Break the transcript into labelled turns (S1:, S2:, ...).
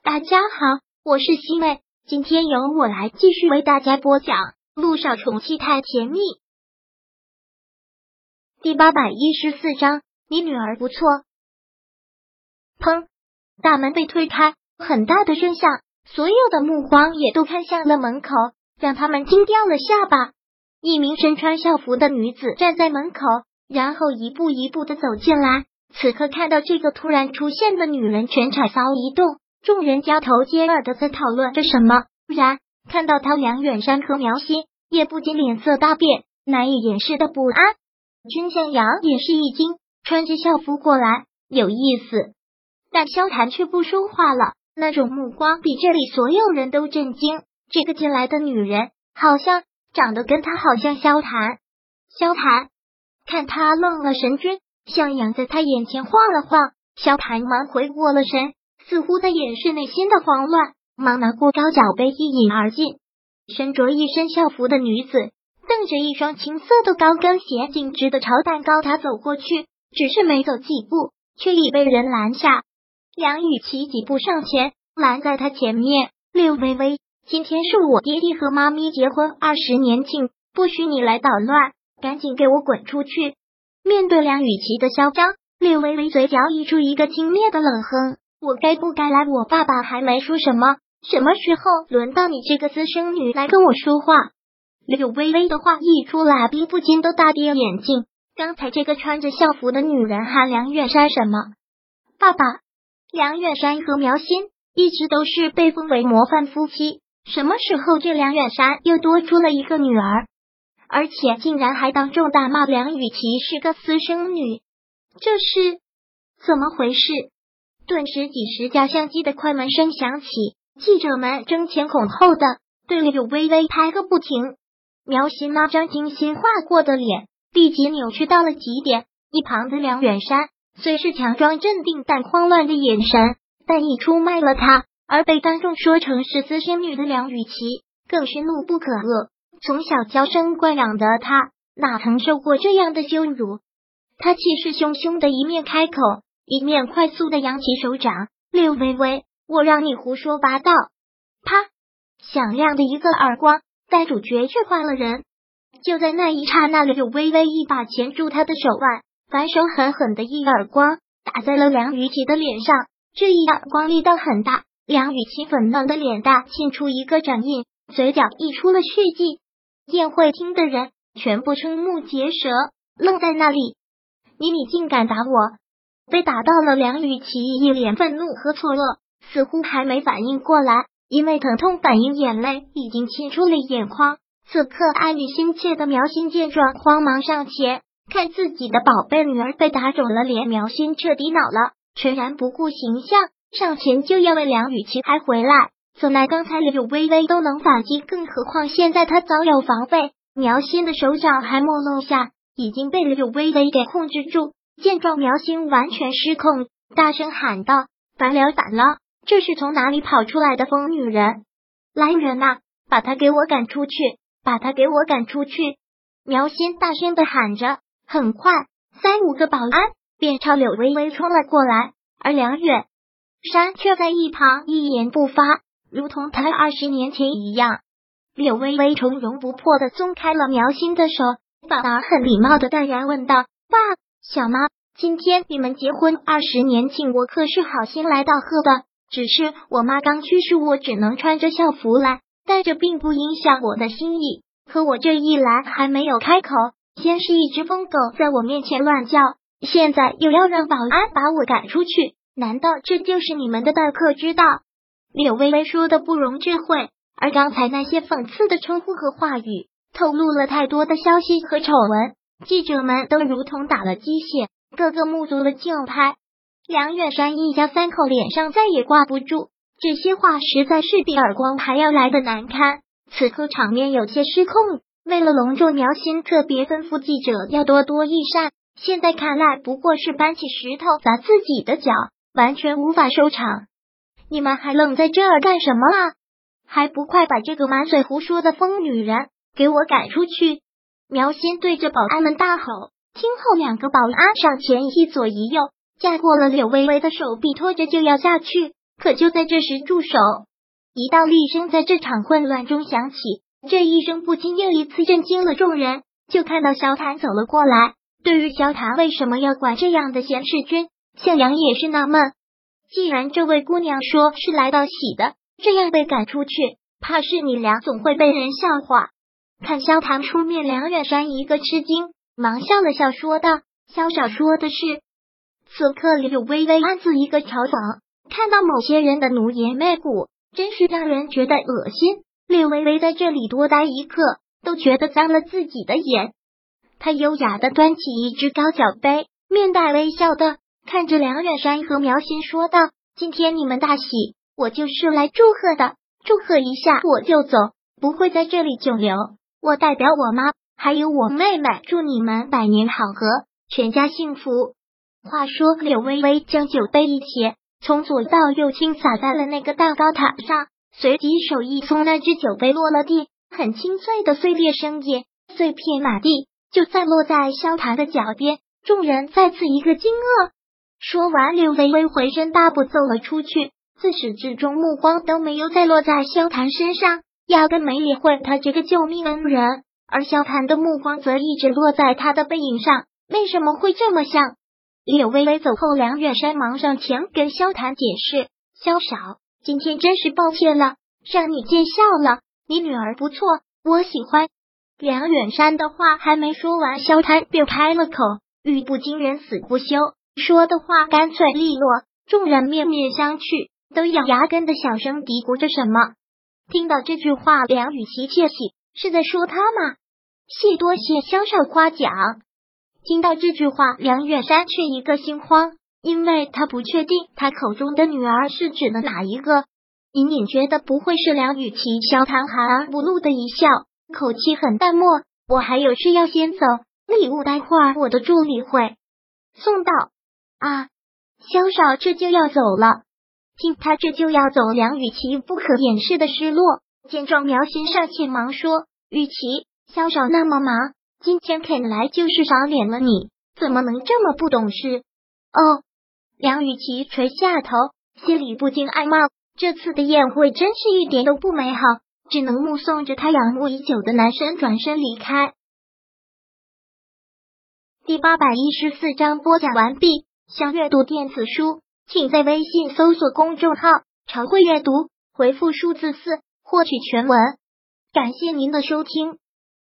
S1: 大家好，我是西妹，今天由我来继续为大家播讲《陆少宠妻太甜蜜》第814章，你女儿不错。砰！大门被推开，很大的声响，所有的目光也都看向了门口，让他们惊掉了下巴。一名身穿校服的女子站在门口，然后一步一步的走进来。此刻看到这个突然出现的女人，全场骚一动，众人交头接耳的在讨论着什么。然看到他，梁远山和苗心也不禁脸色大变，难以掩饰的不安。君向阳也是一惊，穿着校服过来，有意思。但萧谈却不说话了，那种目光比这里所有人都震惊。这个进来的女人好像长得跟他好像。萧谈看他愣了神，君向阳在他眼前晃了晃，萧谈忙回过了神，似乎在掩饰内心的慌乱，忙拿过高脚杯一饮而尽。身着一身校服的女子瞪着一双青色的高跟鞋，径直的朝蛋糕塔走过去，只是没走几步，却已被人拦下。梁雨琪几步上前，拦在他前面。柳微微，今天是我爹爹和妈咪结婚20年庆，不许你来捣乱，赶紧给我滚出去。面对梁雨琪的嚣张，柳微微嘴角溢出一个轻蔑的冷哼，我该不该来？我爸爸还没说什么，什么时候轮到你这个私生女来跟我说话？柳微微的话一出来，兵不禁都大跌眼镜。刚才这个穿着校服的女人喊梁远山什么？爸爸。梁远山和苗心一直都是被封为模范夫妻，什么时候这梁远山又多出了一个女儿？而且竟然还当众大骂梁雨琪是个私生女，这是怎么回事？顿时几十架相机的快门声响起，记者们争先恐后的对柳微微拍个不停。苗心那张精心画过的脸立即扭曲到了极点，一旁的梁远山虽是强装镇定但慌乱的眼神，但已出卖了他，而被当众说成是私生女的梁雨琪更是怒不可遏。从小娇生惯养的他哪曾受过这样的羞辱？他气势汹汹的一面开口，一面快速的扬起手掌。柳微微，我让你胡说八道！啪！响亮的一个耳光，带主角却换了人。就在那一刹那，柳微微一把钳住他的手腕，反手狠狠的一耳光打在了梁雨琪的脸上。这一耳光力道很大，梁雨琪粉嫩的脸蛋沁出一个掌印，嘴角溢出了血迹。宴会厅的人全部瞠目结舌，愣在那里。你竟敢打我！被打到了梁雨琪一脸愤怒和错愕，似乎还没反应过来，因为疼痛反应眼泪已经沁出了眼眶。此刻爱女心切的苗心见状，慌忙上前看自己的宝贝女儿被打肿了脸。苗心彻底恼了，全然不顾形象，上前就要为梁雨琪还回来。怎奈刚才柳微微都能反击，更何况现在他早有防备。苗心的手掌还没落下，已经被柳微微给控制住。见状，苗心完全失控，大声喊道：反了！这是从哪里跑出来的疯女人？来人啊，把她给我赶出去！把她给我赶出去！苗心大声的喊着。很快3-5个保安便朝柳微微冲了过来，而梁远山却在一旁一言不发，如同他20年前一样。柳微微从容不迫的松开了苗心的手，反而很礼貌的淡然问道：爸，小妈，今天你们结婚20年庆，我可是好心来道贺的，只是我妈刚去世，我只能穿着校服来，但这并不影响我的心意。可我这一来还没有开口，先是一只疯狗在我面前乱叫，现在又要让保安把我赶出去，难道这就是你们的待客之道？柳微微说的不容置喙，而刚才那些讽刺的称呼和话语透露了太多的消息和丑闻，记者们都如同打了鸡血，个个目足了竞拍。梁远山一家3口脸上再也挂不住，这些话实在是比耳光还要来的难堪。此刻场面有些失控，为了隆重，苗心特别吩咐记者要多多益善，现在看来不过是搬起石头砸自己的脚，完全无法收场。你们还愣在这儿干什么啊？还不快把这个满嘴胡说的疯女人给我赶出去！苗心对着保安们大吼，听后2个保安上前一左一右，架过了柳微微的手臂，拖着就要下去。 可就在这时住手，一道厉声在这场混乱中响起，这一声不禁又一次震惊了众人。就看到萧谭走了过来，对于萧谭为什么要管这样的贤士君，向阳也是纳闷。既然这位姑娘说是来道喜的，这样被赶出去，怕是你俩总会被人笑话。看萧谭出面，梁远山一个吃惊，忙笑了笑说道：萧少说的是。此刻柳微微暗自一个嘲讽，看到某些人的奴颜媚骨，真是让人觉得恶心。柳微微在这里多待一刻，都觉得脏了自己的眼。她优雅的端起一只高脚杯，面带微笑的看着梁远山和苗心说道：今天你们大喜，我就是来祝贺的，祝贺一下我就走，不会在这里久留。我代表我妈还有我妹妹祝你们百年好合，全家幸福。话说柳微微将酒杯一撇，从左到右倾洒在了那个蛋糕塔上，随即手一松，那只酒杯落了地，很清脆的碎裂声也碎片满地，就散落在萧谭的脚边。众人再次一个惊愕。说完，柳微微回身大步走了出去，自始至终目光都没有再落在萧谭身上，压根没理会他这个救命恩人。而萧谭的目光则一直落在他的背影上，为什么会这么想？柳微微走后，梁远山忙上前跟萧谭解释：萧少，今天真是抱歉了，让你见笑了，你女儿不错，我喜欢。梁远山的话还没说完，萧谭便开了口：语不惊人死不休，说的话干脆利落。众人面面相觑，都咬牙根的小声嘀咕着什么。听到这句话，梁雨琪窃喜：是在说他吗？多谢萧少夸奖。听到这句话，梁远山却一个心慌，因为他不确定他口中的女儿是指的哪一个，隐隐觉得不会是梁雨琪。萧谭含而不露的一笑，口气很淡漠：我还有事要先走，礼物待会儿我的助理会送到。啊，萧少这就要走了？听他这就要走，梁雨琪不可掩饰的失落。见状，苗心上前忙说：雨琪，萧少那么忙，今天肯来就是赏脸了你，怎么能这么不懂事？哦，梁雨琪垂下头，心里不禁暗骂，这次的宴会真是一点都不美好，只能目送着他仰慕已久的男生转身离开。第814章播讲完毕。想阅读电子书，请在微信搜索公众号常会阅读，回复数字4获取全文。感谢您的收听。